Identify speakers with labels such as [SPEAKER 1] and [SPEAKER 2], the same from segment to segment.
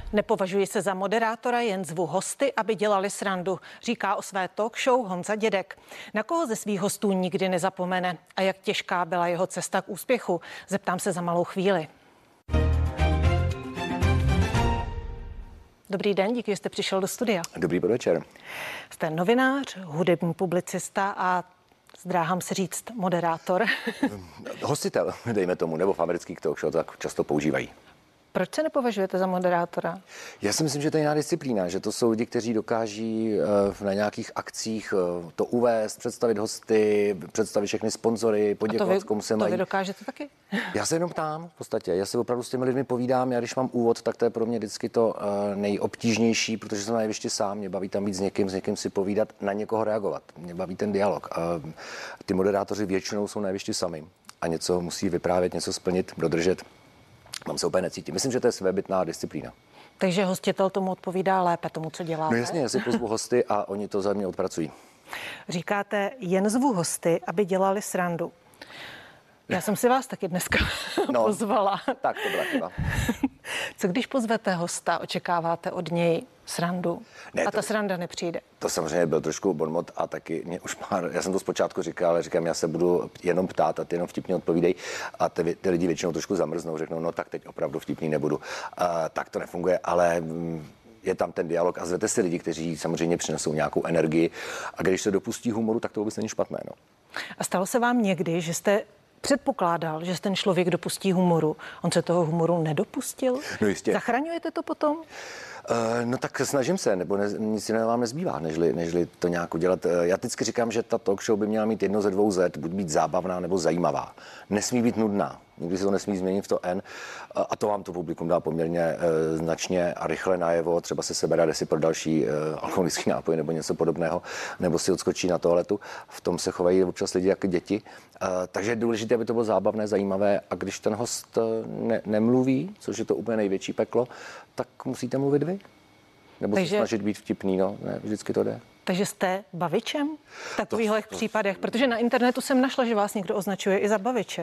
[SPEAKER 1] Nepovažuji se za moderátora, jen zvu hosty, aby dělali srandu, říká o své talk show Honza Dědek. Na koho ze svých hostů nikdy nezapomene a jak těžká byla jeho cesta k úspěchu, zeptám se za malou chvíli. Dobrý den, díky, že jste přišel do studia.
[SPEAKER 2] Dobrý podvečer.
[SPEAKER 1] Jste novinář, hudební publicista a zdráhám se říct moderátor.
[SPEAKER 2] Hostitel, dejme tomu, nebo v amerických talk show tak často používají.
[SPEAKER 1] Proč se nepovažujete za moderátora?
[SPEAKER 2] Já si myslím, že to je jiná disciplína, že to jsou lidi, kteří dokáží na nějakých akcích to uvést, představit hosty, představit všechny sponzory, poděkovat, komu se mají.
[SPEAKER 1] To vy dokážete taky?
[SPEAKER 2] Já se jenom ptám, v podstatě. Já se opravdu s těmi lidmi povídám. Já když mám úvod, tak to je pro mě vždycky to nejobtížnější, protože jsem na jevišti sám. Mě baví tam být s někým si povídat, na někoho reagovat. Mě baví ten dialog. A ty moderátoři většinou jsou na jevišti sami a něco musí vyprávět, něco splnit, dodržet. Mám se úplně necítím. Myslím, že to je svébytná disciplína.
[SPEAKER 1] Takže hostitel tomu odpovídá lépe tomu, co děláte?
[SPEAKER 2] No jasně, já si pozvu hosty a oni to za mě odpracují.
[SPEAKER 1] Říkáte, jen zvu hosty, aby dělali srandu. Já jsem si vás taky dneska pozvala.
[SPEAKER 2] Tak to byla chyba.
[SPEAKER 1] Co když pozvete hosta, očekáváte od něj srandu a ta sranda nepřijde?
[SPEAKER 2] To samozřejmě byl trošku bonmot a taky mě už já jsem to zpočátku říkal, ale říkám, já se budu jenom ptát a ty jenom vtipně odpovídej a ty lidi většinou trošku zamrznou, řeknou, no tak teď opravdu vtipný nebudu. Tak to nefunguje, ale je tam ten dialog a zvete si lidi, kteří samozřejmě přinesou nějakou energii a když se dopustí humoru, tak to vůbec není špatné. No.
[SPEAKER 1] A stalo se vám někdy, že jste předpokládal, že se ten člověk dopustí humoru, on se toho humoru nedopustil?
[SPEAKER 2] No jistě.
[SPEAKER 1] Zachraňujete to potom?
[SPEAKER 2] No tak snažím se, nebo nic jiného vám nezbývá, nežli to nějak udělat. Já vždycky říkám, že ta talk show by měla mít jedno ze dvou Z, buď být zábavná nebo zajímavá. Nesmí být nudná, nikdy se to nesmí změnit v to N a to vám to publikum dá poměrně značně a rychle najevo, třeba se sebere, jde si pro další alkoholický nápoj nebo něco podobného, nebo si odskočí na toaletu. V tom se chovají občas lidi jako děti. Takže je důležité, aby to bylo zábavné, zajímavé a když ten host nemluví, což je to úplně největší peklo, tak musíte mluvit vy. Nebo se snažit být vtipný, no, ne, vždycky to jde.
[SPEAKER 1] Takže jste bavičem v takovýchhle případech? Protože na internetu jsem našla, že vás někdo označuje i za baviče.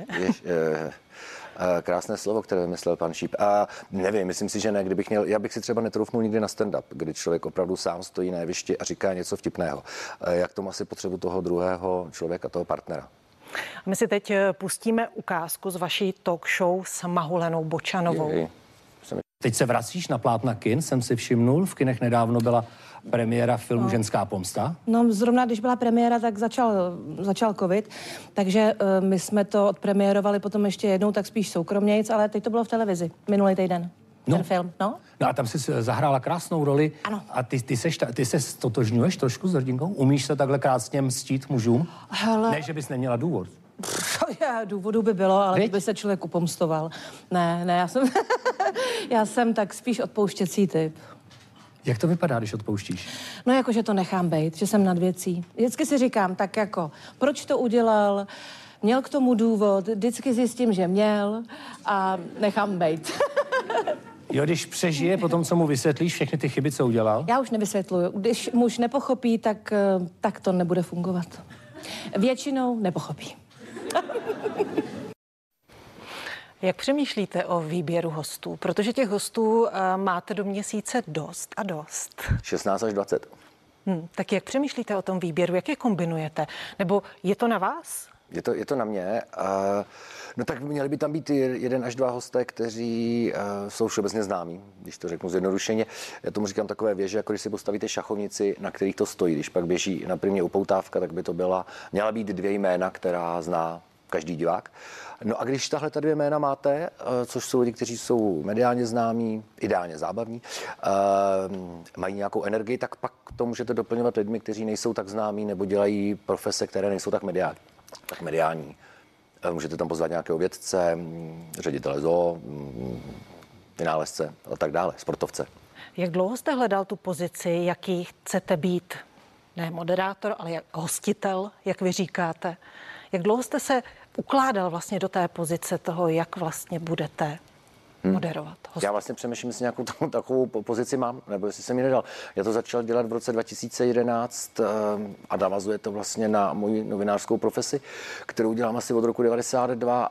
[SPEAKER 2] Krásné slovo, které vymyslel pan Šíp. Nevím, myslím si, že ne. Já bych si třeba netroufnul nikdy na stand-up, kdy člověk opravdu sám stojí na jevišti a říká něco vtipného. Jak tomu asi potřebu toho druhého člověka, toho partnera.
[SPEAKER 1] My si teď pustíme ukázku z vaší talk show s Mahulenou Bočanovou.
[SPEAKER 3] Teď se vracíš na plátna kin, jsem si všimnul. V kinech nedávno byla premiéra filmu Ženská pomsta.
[SPEAKER 4] No zrovna, když byla premiéra, tak začal covid, takže my jsme to odpremiérovali potom ještě jednou, tak spíš soukromnějc, ale teď to bylo v televizi, minulý týden, ten film, no.
[SPEAKER 3] No a tam si zahrála krásnou roli.
[SPEAKER 4] Ano.
[SPEAKER 3] A ty se stotožňuješ trošku s hrdinkou? Umíš se takhle krásně mstít mužům?
[SPEAKER 4] Hele.
[SPEAKER 3] Ne, že bys neměla důvod.
[SPEAKER 4] Důvodů by bylo, ale to by se člověk upomstoval. Ne, já jsem tak spíš odpouštěcí typ.
[SPEAKER 3] Jak to vypadá, když odpouštíš?
[SPEAKER 4] No jako, že to nechám bejt, že jsem nad věcí. Vždycky si říkám, tak jako, proč to udělal, měl k tomu důvod, vždycky zjistím, že měl a nechám bejt.
[SPEAKER 3] Jo, když přežije po tom, co mu vysvětlíš všechny ty chyby, co udělal?
[SPEAKER 4] Já už nevysvětluju. Když muž nepochopí, tak to nebude fungovat. Většinou nepochopí.
[SPEAKER 1] Jak přemýšlíte o výběru hostů? Protože těch hostů máte do měsíce dost a dost.
[SPEAKER 2] 16 až 20.
[SPEAKER 1] Tak jak přemýšlíte o tom výběru? Jak je kombinujete? Nebo je to na vás?
[SPEAKER 2] Je to na mě. No tak měli by tam být 1 až 2 hosté, kteří jsou všeobecně známí, když to řeknu zjednodušeně. Já tomu říkám takové věže, jako když si postavíte šachovnici, na kterých to stojí. Když pak běží na první upoutávka, tak by to měla být 2 jména, která zná každý divák. No a když tahle 2 jména máte, což jsou lidi, kteří jsou mediálně známí, ideálně zábavní, mají nějakou energii, tak pak to můžete doplňovat lidmi, kteří nejsou tak známí nebo dělají profese, které nejsou tak mediální. Můžete tam pozvat nějakého vědce, ředitele zoo, vynálezce a tak dále, sportovce.
[SPEAKER 1] Jak dlouho jste hledal tu pozici, jaký chcete být? Ne moderátor, ale hostitel, jak vy říkáte. Jak dlouho jste se ukládal vlastně do té pozice toho, jak vlastně budete moderovat?
[SPEAKER 2] Já vlastně přemýšlím, jestli nějakou takovou pozici mám, nebo jestli jsem ji nedal. Já to začal dělat v roce 2011 a navazuje to vlastně na moji novinářskou profesi, kterou dělám asi od roku 92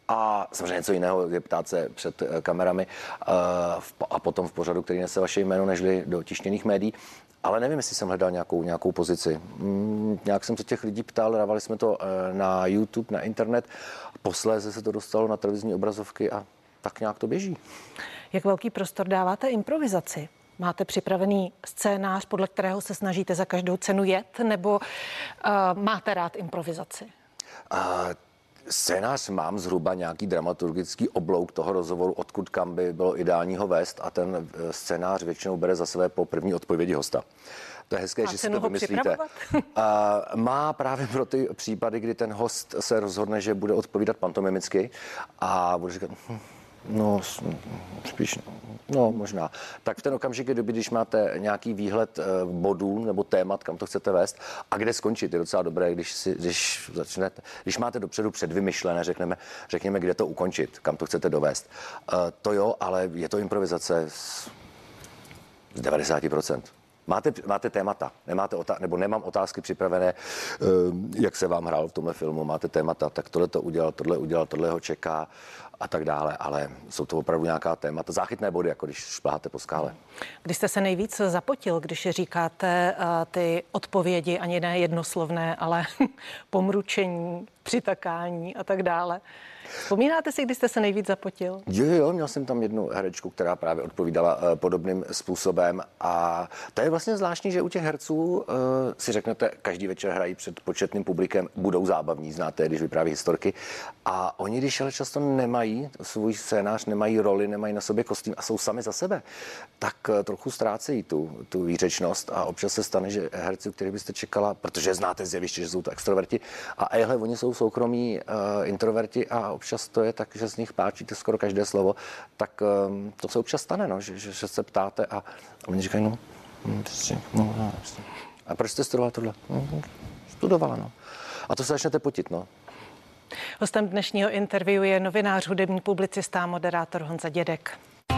[SPEAKER 2] A samozřejmě něco jiného je ptát se před kamerami a potom v pořadu, který nese vaše jméno, nežli do tištěných médií. Ale nevím, jestli jsem hledal nějakou pozici. Nějak jsem se těch lidí ptal, dávali jsme to na YouTube, na internet. Posléze se to dostalo na televizní obrazovky a tak nějak to běží.
[SPEAKER 1] Jak velký prostor dáváte improvizaci? Máte připravený scénář, podle kterého se snažíte za každou cenu jet, nebo máte rád improvizaci?
[SPEAKER 2] Scénář mám zhruba nějaký dramaturgický oblouk toho rozhovoru, odkud kam by bylo ideální ho vést a ten scénář většinou bere za své po první odpovědi hosta. To je hezké, že si to vymyslíte. Má právě pro ty případy, kdy ten host se rozhodne, že bude odpovídat pantomimicky a bude říkat, no, spíš, no možná. Tak v ten okamžik je doby, když máte nějaký výhled bodů nebo témat, kam to chcete vést a kde skončit, je docela dobré, když máte dopředu předvymyšlené, řekněme, kde to ukončit, kam to chcete dovést. To jo, ale je to improvizace z 90%. Máte témata, nebo nemám otázky připravené, jak se vám hrál v tomhle filmu, máte témata, tak tohle tohle ho čeká a tak dále, ale jsou to opravdu nějaká témata, záchytné body, jako když šplháte po skále.
[SPEAKER 1] Když jste se nejvíc zapotil, když říkáte ty odpovědi, ani ne jednoslovné, ale pomručení, přitakání a tak dále. Vzpomínáte si, kdy jste se nejvíc zapotil?
[SPEAKER 2] Jo, měl jsem tam jednu herečku, která právě odpovídala podobným způsobem a to je vlastně zvláštní, že u těch herců si řeknete, každý večer hrají před početným publikem, budou zábavní, znáte, když vypráví historky a oni, když ale často nemají svůj scénář, nemají roli, nemají na sobě kostým a jsou sami za sebe, tak trochu ztrácejí tu výřečnost a občas se stane, že herci, který byste čekala, protože znáte zjeviště, že jsou to extroverti a oni jsou soukromí introverti a občas to je tak, že z nich páčíte skoro každé slovo, tak to se občas stane, no, že se ptáte a oni říkají, a proč jste studovala tohle? Studovala, no. A to se začnete potit, no.
[SPEAKER 1] Hostem dnešního interview je novinář, hudební publicista a moderátor Honza Dědek.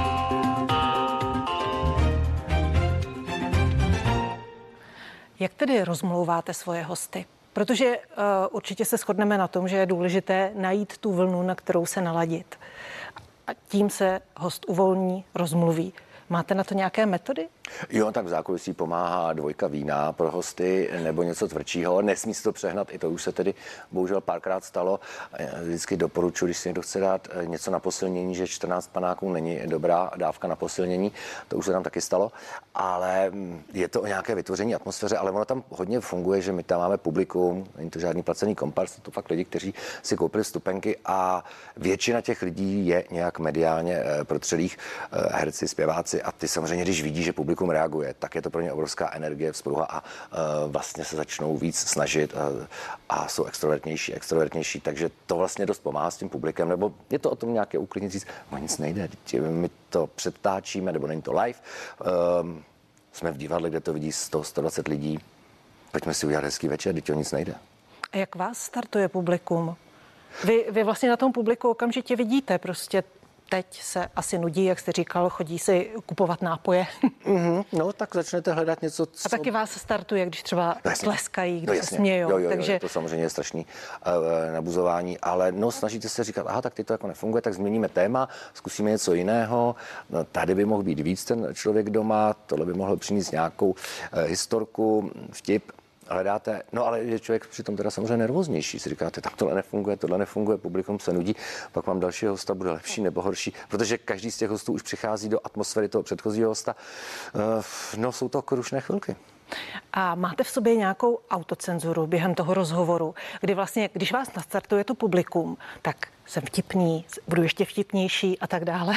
[SPEAKER 1] Jak tedy rozmlouváte svoje hosty? Protože určitě se shodneme na tom, že je důležité najít tu vlnu, na kterou se naladit. A tím se host uvolní, rozmluví. Máte na to nějaké metody?
[SPEAKER 2] Jo, tak v zákulisí pomáhá 2 vína pro hosty nebo něco tvrdšího. Nesmí se to přehnat, i to už se tedy bohužel párkrát stalo. Vždycky doporučuji, když si někdo chce dát něco na posilnění, že 14 panáků není dobrá dávka na posilnění. To už se nám taky stalo. Ale je to o nějaké vytvoření atmosféře, ale ono tam hodně funguje, že my tam máme publikum, není to žádný placený kompars, to fakt lidi, kteří si koupili vstupenky a většina těch lidí je nějak mediálně protřelých, herci, zpěváci a ty samozřejmě, když vidí, že publikum reaguje, tak je to pro ně obrovská energie, vzpruha a vlastně se začnou víc snažit a jsou extrovertnější, takže to vlastně dost pomáhá s tím publikem, nebo je to o tom nějaké uklidnit říct, nic nejde, my to předtáčíme, nebo není to live, jsme v divadle, kde to vidí 100-120 lidí, pojďme si udělat hezký večer, teď to nic nejde. A
[SPEAKER 1] jak vás startuje publikum? Vy vlastně na tom publiku okamžitě vidíte prostě. Teď se asi nudí, jak jste říkal, chodí si kupovat nápoje.
[SPEAKER 2] No, tak začnete hledat něco, co...
[SPEAKER 1] A taky vás startuje, když třeba tleskají, když se smějou.
[SPEAKER 2] Jo, takže... to samozřejmě je strašný nabuzování, ale snažíte se říkat, tak teď to jako nefunguje, tak změníme téma, zkusíme něco jiného. No, tady by mohl být víc ten člověk doma, tohle by mohlo přinést nějakou historku, vtip. Hledáte, ale je člověk přitom teda samozřejmě nervóznější. Si říkáte, tak tohle nefunguje, publikum se nudí, pak mám dalšího hosta, bude lepší nebo horší, protože každý z těch hostů už přichází do atmosféry toho předchozího hosta. Jsou to krušné chvilky. A máte v sobě nějakou autocenzuru během toho rozhovoru, kdy vlastně, když vás nastartuje to publikum, tak jsem vtipný, budu ještě vtipnější a tak dále.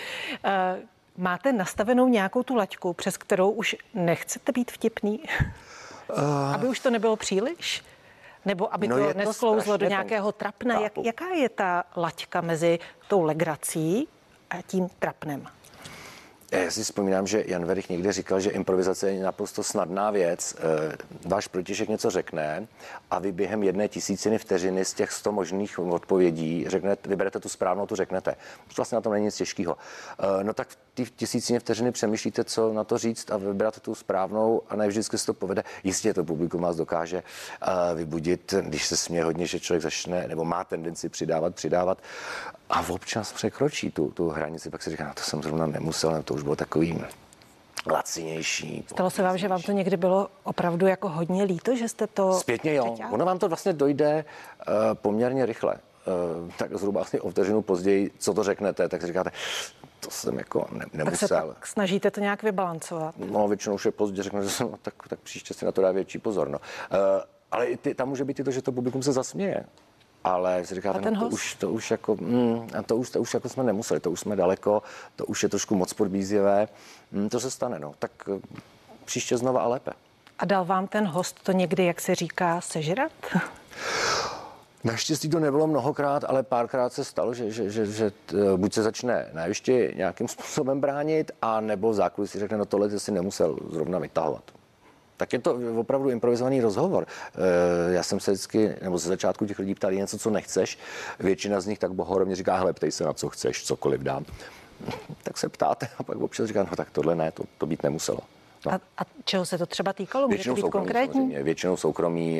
[SPEAKER 2] Máte nastavenou nějakou tu laťku, přes kterou už nechcete být vtipný? Aby už to nebylo příliš? Nebo aby to nesklouzlo do nějakého trapna? Jaká je ta laťka mezi tou legrací a tím trapnem? Já si vzpomínám, že Jan Werich někdy říkal, že improvizace je naprosto snadná věc. Váš protějšek něco řekne a vy během 1/1000 vteřiny z těch 100 možných odpovědí vyberete tu správnou, tu řeknete. Vlastně na tom není nic těžkého. No tak v té 1000 vteřiny přemýšlíte, co na to říct a vybíráte tu správnou a ne vždycky se to povede. Jistě to publikum vás dokáže vybudit, když se směje hodně, že člověk začne nebo má tendenci přidávat a občas překročí tu hranici. Pak si říká, no to jsem zrovna nemusel, to už bylo takový lacinější.
[SPEAKER 1] Stalo se vám, že vám to někdy bylo opravdu jako hodně líto, že jste to...
[SPEAKER 2] Zpětně jo.
[SPEAKER 1] přeťáhl?
[SPEAKER 2] Ono vám to vlastně dojde poměrně rychle. Tak zhruba asi o vteřinu později, co to řeknete, tak si říkáte, to jsem jako nemusel.
[SPEAKER 1] Tak se tak snažíte to nějak vybalancovat.
[SPEAKER 2] No, většinou už je pozdě, řeknu, že jsem, tak příště si na to dá větší pozor. No. Ale tam může být i to, že to publikum se zasměje. Ale si říkáte, no, to už jako jsme nemuseli, to už jsme daleko, to už je trošku moc podbízlivé. To se stane, no. Tak příště znova a lépe.
[SPEAKER 1] A dal vám ten host to někdy, jak se říká, sežrat?
[SPEAKER 2] Naštěstí to nebylo mnohokrát, ale párkrát se stalo, že buď se začne na jevišti nějakým způsobem bránit, a nebo v zákulisí řekne, no tohle si nemusel zrovna vytahovat. Tak je to opravdu improvizovaný rozhovor. Já jsem se vždycky, nebo ze začátku těch lidí ptali něco, co nechceš. Většina z nich tak bohorovně říká, hele, ptej se na co chceš, cokoliv dám. Tak se ptáte a pak občas říká, no tak tohle ne, to být nemuselo. No.
[SPEAKER 1] A čeho se to třeba týkalo? Může to být konkrétní?
[SPEAKER 2] Většinou soukromí,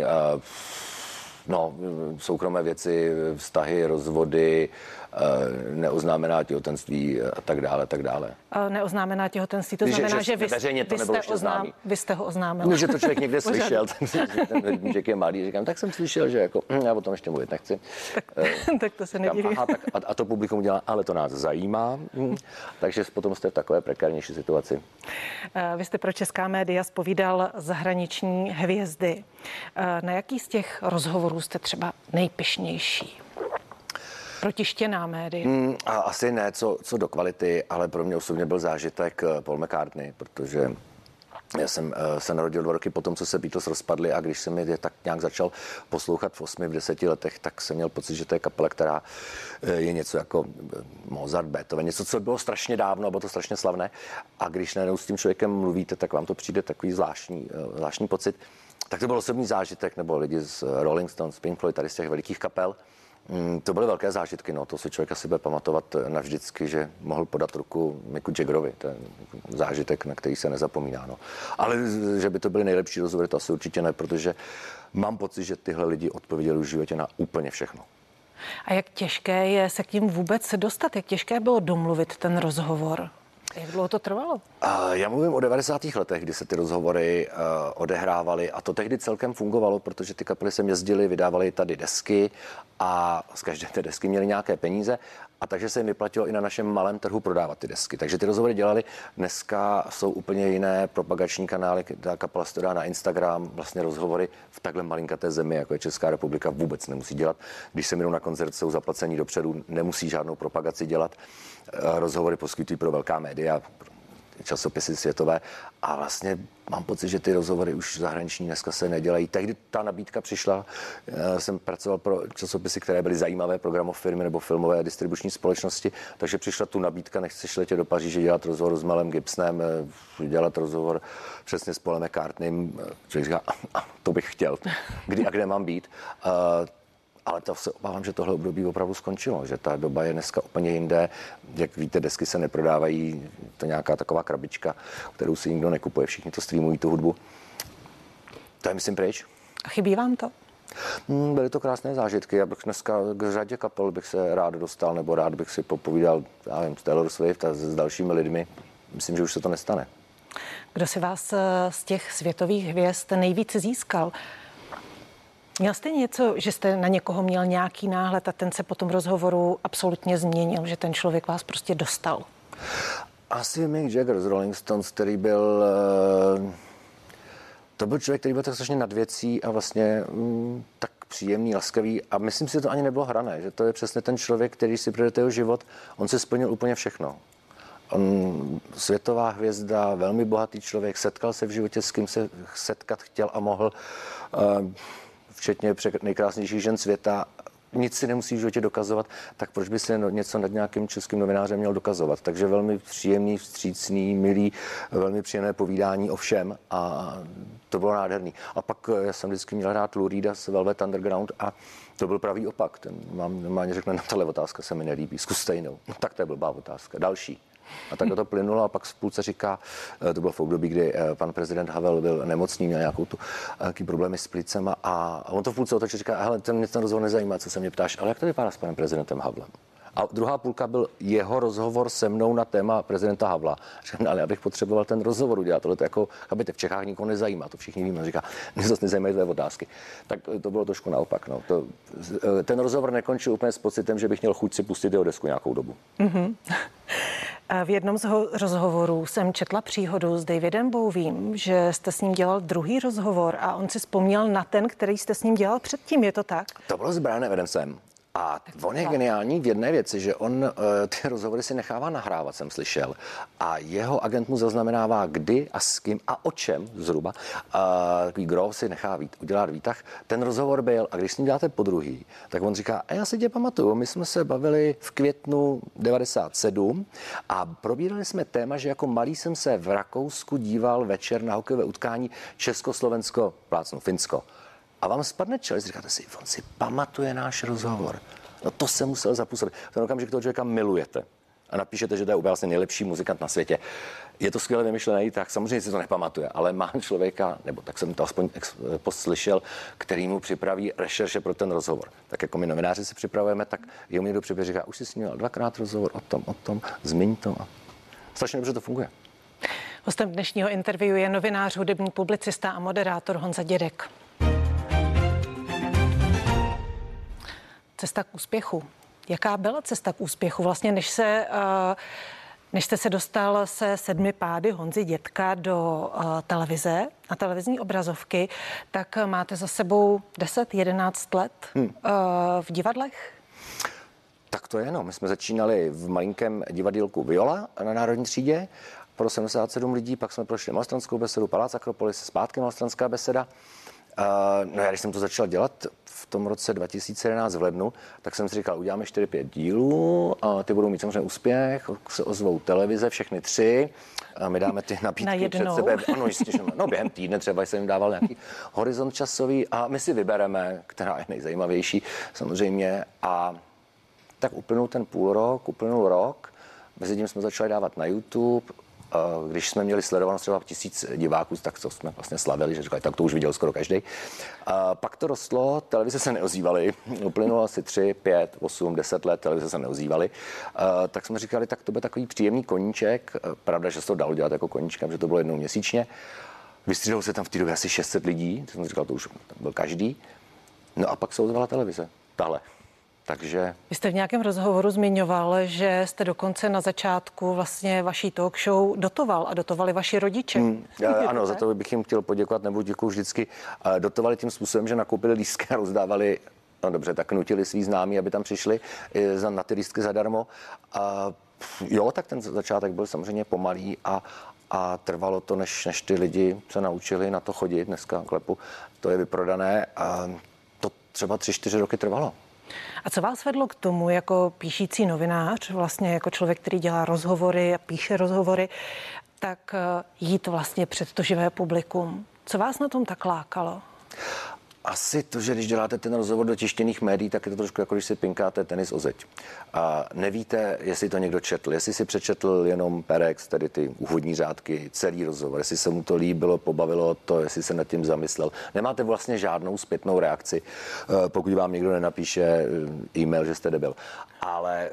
[SPEAKER 2] soukromé věci, vztahy, rozvody, neoznámená těhotenství a tak dále, tak dále.
[SPEAKER 1] Neoznámená těhotenství, to znamená, že vy jste ho oznámil.
[SPEAKER 2] No, že to člověk někde slyšel, ten rybníček je malý, říkám, tak jsem slyšel, že jako, já o tom ještě mluvit nechci.
[SPEAKER 1] Tak to se nedivím.
[SPEAKER 2] A to publikum dělá, ale to nás zajímá, takže potom jste v takové prekárnější situaci.
[SPEAKER 1] Vy jste pro česká média zpovídal zahraniční hvězdy. Na jaký z těch rozhovorů jste třeba nejpyšnější? Protištěná média.
[SPEAKER 2] Asi ne co do kvality, ale pro mě osobně byl zážitek Paul McCartney, protože já jsem se narodil 2 roky potom, co se Beatles rozpadli, a když jsem je tak nějak začal poslouchat v 8, v 10 letech, tak jsem měl pocit, že to je kapela, která je něco jako Mozart, Beethoven, něco, co bylo strašně dávno, bylo to strašně slavné, a když najednou s tím člověkem mluvíte, tak vám to přijde takový zvláštní pocit. Tak to byl osobní zážitek, nebo lidi z Rolling Stones, Pink Floyd, tady z těch velikých kapel. To byly velké zážitky, no, to si člověk asi bude pamatovat navždycky, že mohl podat ruku Micku Jaggerovi, to je zážitek, na který se nezapomíná, no. Ale že by to byly nejlepší rozhovory, to asi určitě ne, protože mám pocit, že tyhle lidi odpověděli v životě na úplně všechno.
[SPEAKER 1] A jak těžké je se k ním vůbec dostat? Jak těžké bylo domluvit ten rozhovor? Jak dlouho to trvalo?
[SPEAKER 2] Já mluvím o 90. letech, kdy se ty rozhovory odehrávaly, a to tehdy celkem fungovalo, protože ty kapely sem jezdily, vydávaly tady desky a z každé té desky měly nějaké peníze, a takže se jim vyplatilo i na našem malém trhu prodávat ty desky. Takže ty rozhovory dělali. Dneska jsou úplně jiné propagační kanály, ta kapela se to dá na Instagram, vlastně rozhovory v takhle malinkaté zemi, jako je Česká republika, vůbec nemusí dělat. Když se jdou na koncert, jsou zaplacení dopředu, nemusí žádnou propagaci dělat. Rozhovory poskytují pro velká média, časopisy světové, a vlastně mám pocit, že ty rozhovory už zahraniční dneska se nedělají. Tehdy ta nabídka přišla, jsem pracoval pro časopisy, které byly zajímavé, programofirmy nebo filmové distribuční společnosti, takže přišla tu nabídka, nechceš letět do Paříže, dělat rozhovor s Melem Gibsonem, dělat rozhovor přesně s Paulem McCartneym. Člověk říká, to bych chtěl, kdy a kde mám být. Ale to se obávám, že tohle období opravdu skončilo, že ta doba je dneska úplně jinde. Jak víte, desky se neprodávají, to nějaká taková krabička, kterou si nikdo nekupuje, všichni to streamují, tu hudbu. To je, myslím, pryč.
[SPEAKER 1] A chybí vám to?
[SPEAKER 2] Byly to krásné zážitky. Já bych dneska k řadě kapel bych se rád dostal, nebo rád bych si popovídal, já nevím, s Taylor Swift a s dalšími lidmi. Myslím, že už se to nestane.
[SPEAKER 1] Kdo si vás z těch světových hvězd nejvíc získal? Měl jste něco, že jste na někoho měl nějaký náhled a ten se po tom rozhovoru absolutně změnil, že ten člověk vás prostě dostal?
[SPEAKER 2] Asi Mick Jagger z Rolling Stones, který byl... To byl člověk, který byl tak strašně nad věcí a vlastně tak příjemný, laskavý, a myslím si, že to ani nebylo hrané, že to je přesně ten člověk, který si projde jeho život, on si splnil úplně všechno. On světová hvězda, velmi bohatý člověk, setkal se v životě s kým se setkat chtěl a mohl, včetně nejkrásnějších žen světa. nic si nemusí v životě dokazovat, tak proč by si něco nad nějakým českým novinářem měl dokazovat? Takže velmi příjemný, vstřícný, milý, velmi příjemné povídání o všem a to bylo nádherný. A pak já jsem vždycky měl rád Lou Reeda z Velvet Underground a to byl pravý opak. Ten vám normálně řekne, no tahle otázka se mi nelíbí, zkus stejnou. No, tak to je blbá otázka. Další. A tak to plynulo a pak v půlce říká, to bylo v období, kdy pan prezident Havel byl nemocný, měl nějaký problémy s plicema a on to v půlce otočil, říká, hele, mě ten rozhovor nezajímá, co se mě ptáš, ale jak to vypadá s panem prezidentem Havlem? A druhá půlka byl jeho rozhovor se mnou na téma prezidenta Havla. Říkám, ale já bych potřeboval ten rozhovor udělat. Tohle to jako, aby v Čechách nikoho nezajímá, to všichni víme. Říká, mě zase nezajímají tvé otázky. Tak to bylo trošku naopak. No. Ten rozhovor nekončil úplně s pocitem, že bych měl chuť si pustit jeho desku nějakou dobu.
[SPEAKER 1] Mm-hmm. V jednom z rozhovorů jsem četla příhodu s Davidem Bowiem, že jste s ním dělal druhý rozhovor a on si vzpomněl na ten, který jste s ním dělal předtím, je to tak?
[SPEAKER 2] To bylo s Brianem Adamsem. A on je geniální v jedné věci, že on ty rozhovory si nechává nahrávat, jsem slyšel. A jeho agent mu zaznamenává, kdy a s kým a o čem zhruba. Takový Grove si nechá udělat výtah. Ten rozhovor byl, a když s ním děláte podruhý, tak on říká, a já si tě pamatuju, my jsme se bavili v květnu 97 a probírali jsme téma, že jako malý jsem se v Rakousku díval večer na hokejové utkání Československo, plácnu, Finsko. A vám spadne čelist, říkáte si, on si pamatuje náš rozhovor. No to se musel zapůsobit. V ten okamžik toho člověka milujete a napíšete, že to je úplně vlastně nejlepší muzikant na světě. Je to skvěle vymyšlený, tak samozřejmě si to nepamatuje, ale má člověka, nebo tak jsem to aspoň poslyšel, který mu připraví rešerše pro ten rozhovor. Tak jako my novináři si připravujeme, tak jemu někdo připraví, říká, už jsi s ním měl dvakrát rozhovor o tom, zmiň to. A strašně dobře to funguje.
[SPEAKER 1] Hostem dnešního interview je novinář, hudební publicista a moderátor Honza Dědek. Cesta k úspěchu. Jaká byla cesta k úspěchu? Vlastně než jste se dostal se 7 pády Honzy Dědka do televize, na televizní obrazovky, tak máte za sebou 10-11 let v divadlech?
[SPEAKER 2] Tak to je, no. My jsme začínali v malinkém divadýlku Viola na Národní třídě pro 77 lidí, pak jsme prošli Malostranskou besedu, Palác Akropolis, zpátky Malostranská beseda. No já když jsem to začal dělat v tom roce 2011 v lednu, tak jsem si říkal, uděláme 4-5 dílů, a ty budou mít samozřejmě úspěch, se ozvou televize, všechny 3, a my dáme ty nabídky před sebe. Ano, jistě, no během týdne třeba jsem jim dával nějaký horizont časový a my si vybereme, která je nejzajímavější samozřejmě. A tak uplynul ten uplynul rok, mezi tím jsme začali dávat na YouTube. Když jsme měli sledovanost třeba 1000 diváků, tak to jsme vlastně slavili, že říkali, tak to už viděl skoro každý. Pak to rostlo, televize se neozývaly, uplynulo asi 3, 5, 8, 10 let, televize se neozývaly. Tak jsme říkali, tak to bude takový příjemný koníček. Pravda, že se to dalo dělat jako koníčkem, že to bylo jednou měsíčně. Vystřídalo se tam v té době asi 600 lidí, to jsem říkal, to už byl každý. No a pak se ozvala televize, tahle. Takže... Vy
[SPEAKER 1] jste v nějakém rozhovoru zmiňoval, že jste dokonce na začátku vlastně vaší talk show dotoval a dotovali vaši rodiče.
[SPEAKER 2] Ano, za to bych jim chtěl poděkovat, nebo děkuji vždycky. Dotovali tím způsobem, že nakoupili lístky a rozdávali, no dobře, tak nutili svý známí, aby tam přišli na ty lístky zadarmo. Jo, tak ten začátek byl samozřejmě pomalý a trvalo to, než ty lidi se naučili na to chodit. Dneska klepu, to je vyprodané. To třeba 3-4 roky trvalo.
[SPEAKER 1] A co vás vedlo k tomu, jako píšící novinář, vlastně jako člověk, který dělá rozhovory a píše rozhovory, tak jít vlastně před to živé publikum? Co vás na tom tak lákalo?
[SPEAKER 2] Asi to, že když děláte ten rozhovor do tištěných médií, tak je to trošku jako když si pinkáte tenis o zeď. A nevíte, jestli to někdo četl, jestli si přečetl jenom perex, tedy ty úvodní řádky, celý rozhovor, jestli se mu to líbilo, pobavilo to, jestli se nad tím zamyslel. Nemáte vlastně žádnou zpětnou reakci, pokud vám někdo nenapíše e-mail, že jste debil. Ale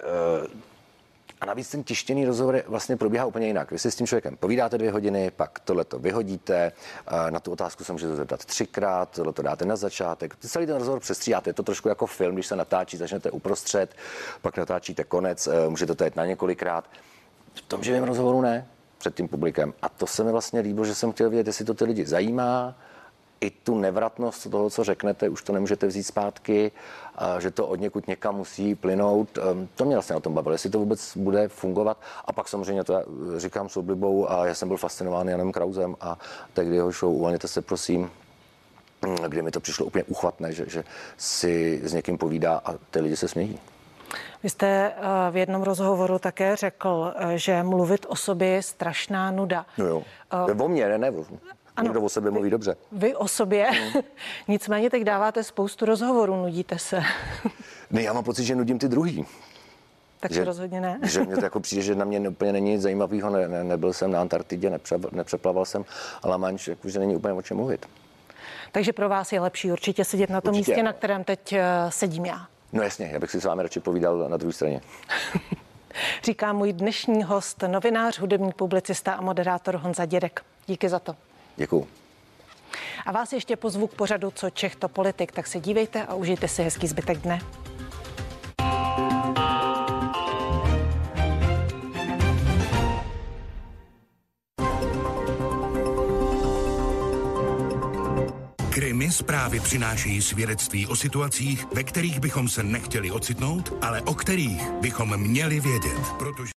[SPEAKER 2] a navíc ten tištěný rozhovor vlastně probíhá úplně jinak. Vy si s tím člověkem povídáte 2 hodiny, pak tohleto vyhodíte, na tu otázku se můžete zeptat 3krát, tohleto dáte na začátek. Celý ten rozhovor přestříháte, je to trošku jako film, když se natáčí, začnete uprostřed, pak natáčíte konec, můžete to jet na několikrát. V tom živém rozhovoru ne, před tím publikem. A to se mi vlastně líbilo, že jsem chtěl vědět, jestli to ty lidi zajímá, i tu nevratnost toho, co řeknete, už to nemůžete vzít zpátky, že to od někud někam musí plynout. To mě vlastně na tom bavilo, jestli to vůbec bude fungovat. A pak samozřejmě to já říkám s oblibou a já jsem byl fascinován Janem Krausem a tehdy jeho show Uvolněte se prosím. kde mi to přišlo úplně uchvatné, že si s někým povídá a ty lidi se smějí.
[SPEAKER 1] Vy jste v jednom rozhovoru také řekl, že mluvit o sobě je strašná nuda.
[SPEAKER 2] No jo. O mně, ne. Někdo o sobě mluví dobře.
[SPEAKER 1] Vy o sobě. Nicméně teď dáváte spoustu rozhovorů, nudíte se.
[SPEAKER 2] Ne, já mám pocit, že nudím ty druhý.
[SPEAKER 1] Takže rozhodně ne.
[SPEAKER 2] Že mě to jako přijde, že na mě úplně není nic zajímavého, nebyl jsem na Antarktidě, nepřeplaval jsem La Manche, jakože není úplně o čem mluvit.
[SPEAKER 1] Takže pro vás je lepší určitě sedět na tom místě, na kterém teď sedím já.
[SPEAKER 2] No jasně, já bych si s vámi radši povídal na druhé straně.
[SPEAKER 1] Říká můj dnešní host, novinář, hudební publicista a moderátor Honza Dědek. Díky za to.
[SPEAKER 2] Děkuju.
[SPEAKER 1] A vás ještě pozvu k pořadu Co Čech, to politik, tak se dívejte a užijte si hezký zbytek dne.
[SPEAKER 5] Krimi zprávy přinášejí svědectví o situacích, ve kterých bychom se nechtěli ocitnout, ale o kterých bychom měli vědět, protože